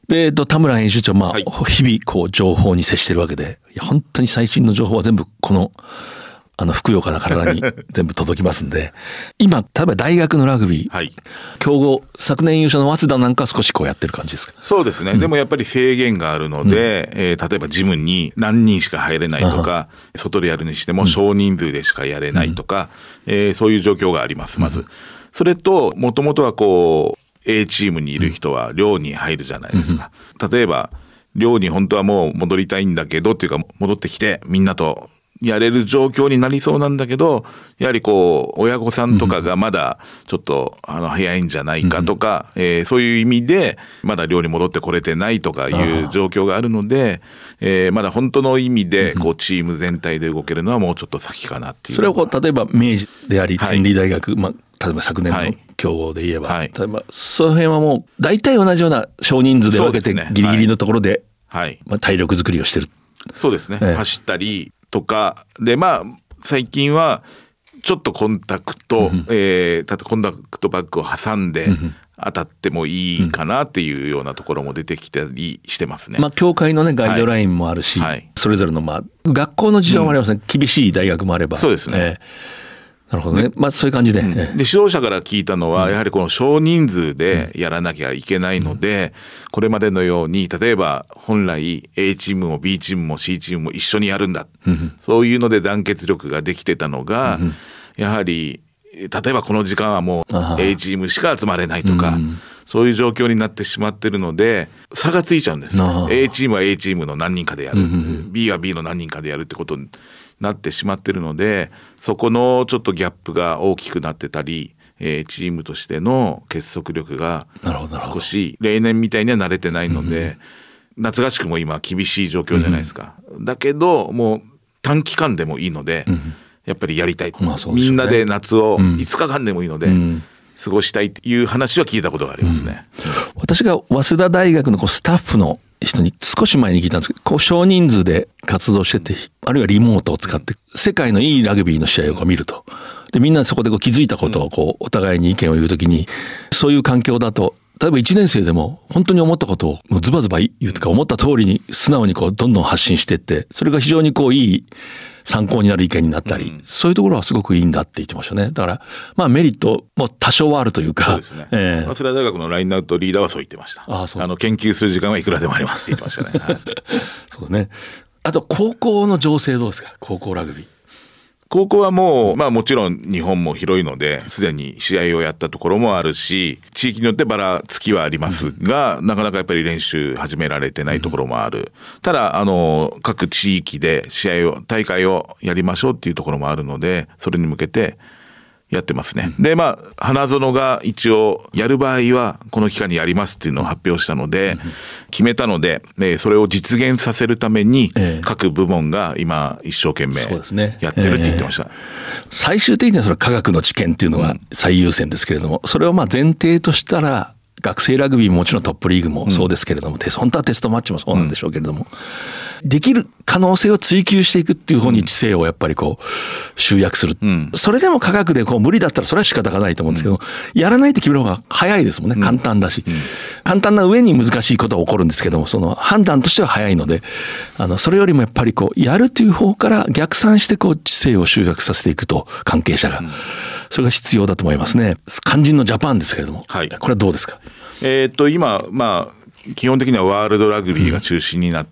S1: で、田村編集長、
S5: はい
S1: 日々こう情報に接してるわけで、いや本当に最新の情報は全部このふくよかな体に全部届きますんで、今例えば大学のラグビー、
S5: はい、
S1: 強豪昨年優勝の早稲田なんかは少しこうやってる感じですか？
S5: そうですね、でもやっぱり制限があるので、例えばジムに何人しか入れないとか、外でやるにしても少人数でしかやれないとか、そういう状況があります。まずそれと、もともとはこう A チームにいる人は寮に入るじゃないですか。例えば寮に本当はもう戻りたいんだけどっていうか、戻ってきてみんなとやれる状況になりそうなんだけど、やはりこう親御さんとかがまだちょっと早いんじゃないかとか、そういう意味でまだ寮に戻ってこれてないとかいう状況があるので、まだ本当の意味でこうチーム全体で動けるのはもうちょっと先かなっていう。
S1: それをこう例えば明治であり
S5: はい
S1: 天理大学、例えば昨年の
S5: はい
S1: 強豪で言えば、
S5: はい
S1: 例えばその辺はもう大体同じような少人数で分けて
S5: そうですね
S1: ギリギリのところで、
S5: はい、
S1: 体力作りをしてる。
S5: そうですね、走ったりとかで、最近はちょっとコンタクト、コンタクトバッグを挟んで当たってもいいかなっていうようなところも出てきたりしてますね。
S1: 協会のねガイドラインもあるし、
S5: はい
S1: それぞれの学校の事情もありますね、厳しい大学もあれば。
S5: そうですね、
S1: なるほどね、そういう感じで、
S5: で指導者から聞いたのは、やはりこの少人数でやらなきゃいけないので、これまでのように例えば本来 A チームも B チームも C チームも一緒にやるんだ、そういうので団結力ができてたのが、やはり例えばこの時間はもう A チームしか集まれないとか、そういう状況になってしまってるので差がついちゃうんです。A チームは A チームの何人かでやる、B は B の何人かでやるってことになってしまってるので、そこのちょっとギャップが大きくなってたり、チームとしての結束力が少し例年みたいには慣れてないので、夏合宿も今厳しい状況じゃないですか、だけどもう短期間でもいいので、やっぱりやりたい、みんなで夏を5日間でもいいので、過ごしたいっていう話は聞いたことがありますね。
S1: 私が早稲田大学のスタッフの人に少し前に聞いたんですけど、少人数で活動してて、あるいはリモートを使って世界のいいラグビーの試合を見ると、でみんなそこで気づいたことをお互いに意見を言うときに、そういう環境だと例えば1年生でも本当に思ったことをもうズバズバ言うとか、思った通りに素直にどんどん発信していって、それが非常にいい参考になる意見になったり、そういうところはすごくいいんだって言ってましたね。だからメリットも多少はあるというか。
S5: そうですね、早稲田大学のラインアウトリーダーはそう言ってました。研究する時間はいくらでもありますって言ってましたね。
S1: そうね。あと高校の情勢どうですか？高校ラグビー。
S5: 高校はもう、もちろん日本も広いので、すでに試合をやったところもあるし、地域によってばらつきはありますが、なかなかやっぱり練習始められてないところもある。ただ、各地域で大会をやりましょうっていうところもあるので、それに向けてやってますね。で、花園が一応やる場合はこの期間にやりますっていうのを発表したので、決めたので、それを実現させるために各部門が今一生懸命やってるって言ってました。
S1: 最終的にはそれ科学の知見っていうのが最優先ですけれども、それを前提としたら学生ラグビーももちろんトップリーグもそうですけれども、本当はテストマッチもそうなんでしょうけれども、できる可能性を追求していくっていう方に知性をやっぱり集約する、それでも科学で無理だったらそれは仕方がないと思うんですけど、やらないと決める方が早いですもんね。簡単だし、簡単な上に難しいことが起こるんですけども、その判断としては早いので、それよりもやっぱりやるという方から逆算して知性を集約させていくと、関係者が、それが必要だと思いますね。肝心のジャパンですけれども、これはどうですか？
S5: 今基本的にはワールドラグビーが中心になって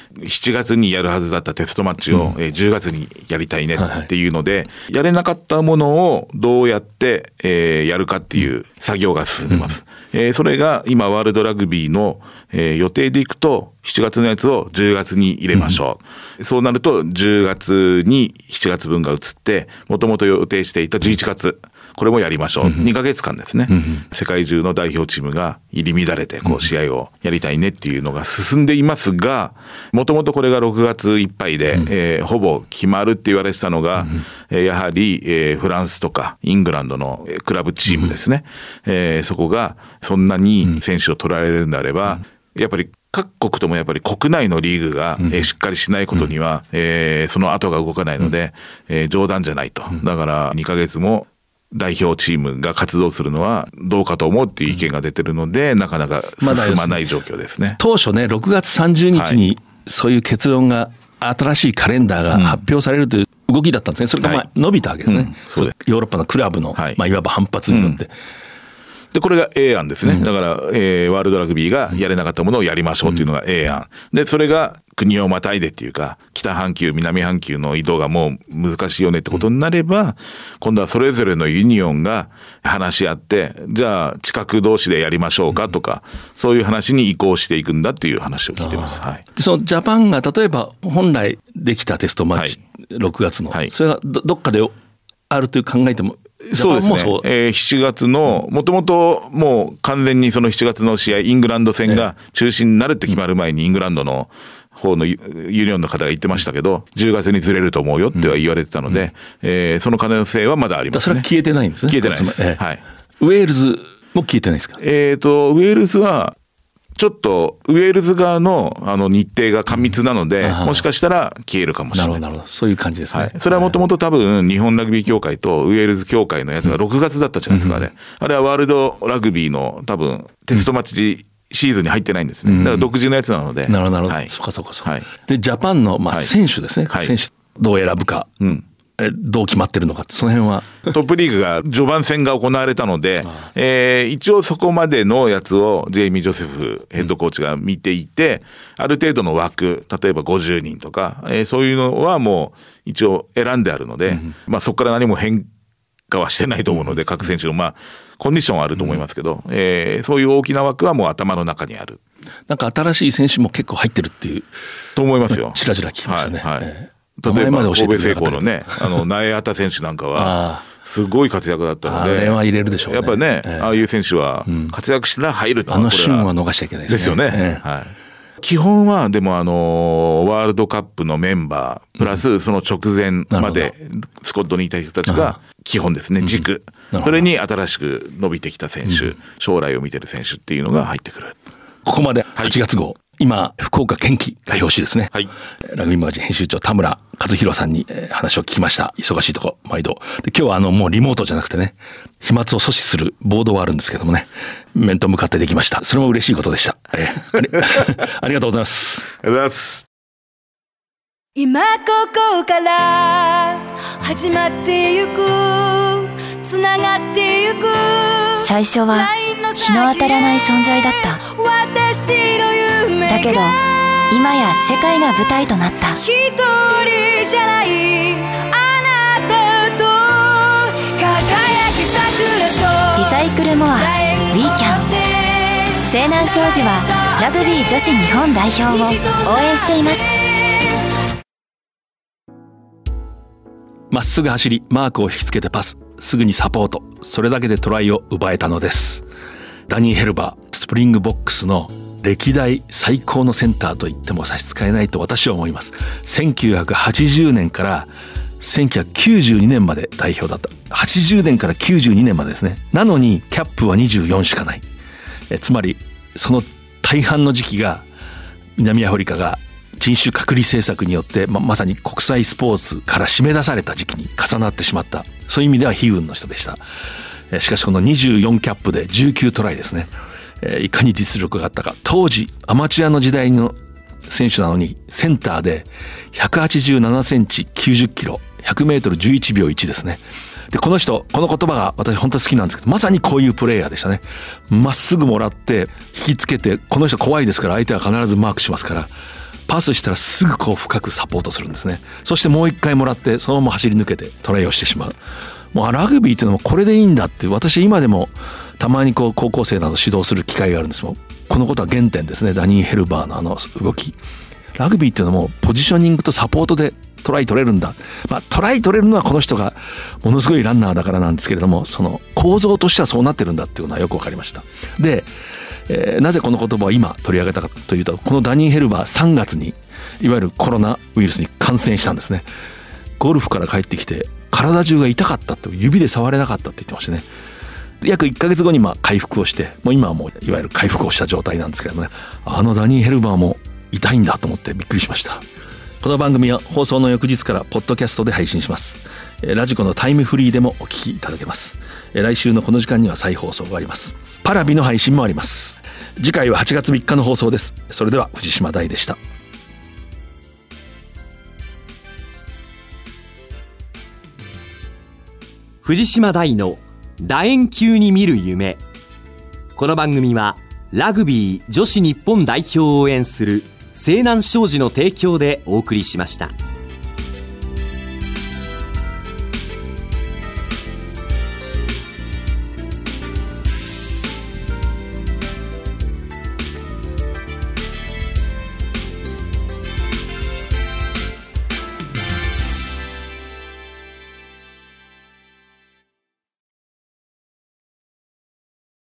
S5: 、7月にやるはずだったテストマッチを10月にやりたいねっていうので、やれなかったものをどうやってやるかっていう作業が進んでます。それが今ワールドラグビーの予定でいくと、7月のやつを10月に入れましょう。そうなると10月に7月分が移って、もともと予定していた11月、これもやりましょう。2ヶ月間ですね。世界中の代表チームが入り乱れて試合をやりたいねっていうのが進んでいますが、もともとこれが6月いっぱいで、ほぼ決まるって言われてたのが、やはり、フランスとかイングランドのクラブチームですね。そこがそんなに選手を取られるんであれば、やっぱり各国ともやっぱり国内のリーグがしっかりしないことにはその後が動かないので、冗談じゃないと。だから2ヶ月も代表チームが活動するのはどうかと思うっていう意見が出てるので、なかなか進まない状況ですね。
S1: 当初ね6月30日にそういう結論が新しいカレンダーが発表されるという動きだったんですね。それが伸びたわけですね、そうです。ヨーロッパのクラブの、いわば反発によって、
S5: でこれが A 案ですね、だから、ワールドラグビーがやれなかったものをやりましょうというのが A 案で、それが国をまたいでっていうか北半球南半球の移動がもう難しいよねってことになれば、今度はそれぞれのユニオンが話し合って、じゃあ近く同士でやりましょうかとか、そういう話に移行していくんだっていう話を聞いてます。
S1: でそのジャパンが例えば本来できたテストマッチ、6月の、それが どっかであるという考えても
S5: そうですね、7月のもともともう完全にその7月の試合イングランド戦が中止になるって決まる前にイングランドの方のユニオンの方が言ってましたけど、10月にずれると思うよっては言われてたので、その可能性はまだありますね。
S1: それは消えてないんですね。
S5: 消えてないです、ウ
S1: ェールズも消えてないですか。
S5: ウェールズはちょっとウェールズ側の日程が過密なので、もしかしたら消えるかもしれない。
S1: なるほど、そういう感じですね。
S5: それはもともと多分日本ラグビー協会とウェールズ協会のやつが6月だったじゃないですか、あれはワールドラグビーの多分テストマッチシーズンに入ってないんですね。だから独自のやつなので。
S1: なるほど、そっかそっか。でジャパンの選手ですね、選手どう選ぶか、どう決まってるのか、その辺は
S5: トップリーグが序盤戦が行われたので、一応そこまでのやつをジェイミー・ジョセフヘッドコーチが見ていて、ある程度の枠、例えば50人とか、そういうのはもう一応選んであるので、そこから何も変化はしてないと思うので、各選手のコンディションはあると思いますけど、そういう大きな枠はもう頭の中にある。
S1: なんか新しい選手も結構入ってるっていう
S5: と思いますよ。
S1: ちらちら聞きましたね。
S5: 例えば神戸製鋼のね苗畑選手なんかはすごい活躍だったので、
S1: あれは入れるでしょうね。
S5: やっぱね、ああいう選手は活躍したら入るって
S1: 旬は逃しちゃいけないですね。
S5: ですよね。基本はでもワールドカップのメンバープラスその直前までスコットにいた人たちが基本ですね、軸。それに新しく伸びてきた選手、将来を見てる選手っていうのが入ってくる。
S1: ここまで8月号、今福岡堅樹が表紙ですね、ラグビーマガジン編集長田村和弘さんに話を聞きました。忙しいとこ毎度で、今日はもうリモートじゃなくてね、飛沫を阻止するボードはあるんですけどもね、面と向かってできました。それも嬉しいことでした。ありがとうございます。
S5: ありがとうございます。
S3: 今ここから始まってゆく、つながってゆく。
S4: 最初は日の当たらない存在だった。だけど今や世界が舞台となった。
S3: 一人じゃないあなたと輝き桜と
S4: リサイクルモア We Can。 西南商事はラグビー女子日本代表を応援しています。
S1: まっすぐ走りマークを引きつけてパス、すぐにサポート、それだけでトライを奪えたのです。ダニー・ヘルバー、スプリングボックスの歴代最高のセンターと言っても差し支えないと私は思います。1980年から1992年まで代表だった。80年から92年までですね。なのにキャップは24しかない。つまりその大半の時期が南アフリカが人種隔離政策によって、まさに国際スポーツから締め出された時期に重なってしまった。そういう意味では悲運の人でした。しかしこの24キャップで19トライですね。いかに実力があったか。当時アマチュアの時代の選手なのにセンターで187センチ90キロ100メートル11秒1ですね。でこの人、この言葉が私本当に好きなんですけど、まさにこういうプレイヤーでしたね。まっすぐもらって引きつけて、この人怖いですから相手は必ずマークしますから、パスしたらすぐこう深くサポートするんですね。そしてもう一回もらってそのまま走り抜けてトライをしてしまう。もうラグビーっていうのもこれでいいんだって、私今でもたまにこう高校生など指導する機会があるんですもん。このことは原点ですね。ダニー・ヘルバーの動き。ラグビーっていうのもポジショニングとサポートでトライ取れるんだ。トライ取れるのはこの人がものすごいランナーだからなんですけれども、その構造としてはそうなってるんだっていうのはよくわかりました。で、なぜこの言葉を今取り上げたかというと、このダニー・ヘルバー3月にいわゆるコロナウイルスに感染したんですね。ゴルフから帰ってきて体中が痛かったと、指で触れなかったって言ってましたね。約1ヶ月後に回復をして、もう今はもういわゆる回復をした状態なんですけれどもね、ダニー・ヘルバーも痛いんだと思ってびっくりしました。この番組は放送の翌日からポッドキャストで配信します。 ラジコのタイムフリーでもお聞きいただけます。来週のこの時間には再放送があります。パラビの配信もあります。次回は8月3日の放送です。それでは藤島大でした。
S2: 藤島大の楕円球に見る夢。この番組はラグビー女子日本代表を応援する西南商事の提供でお送りしました。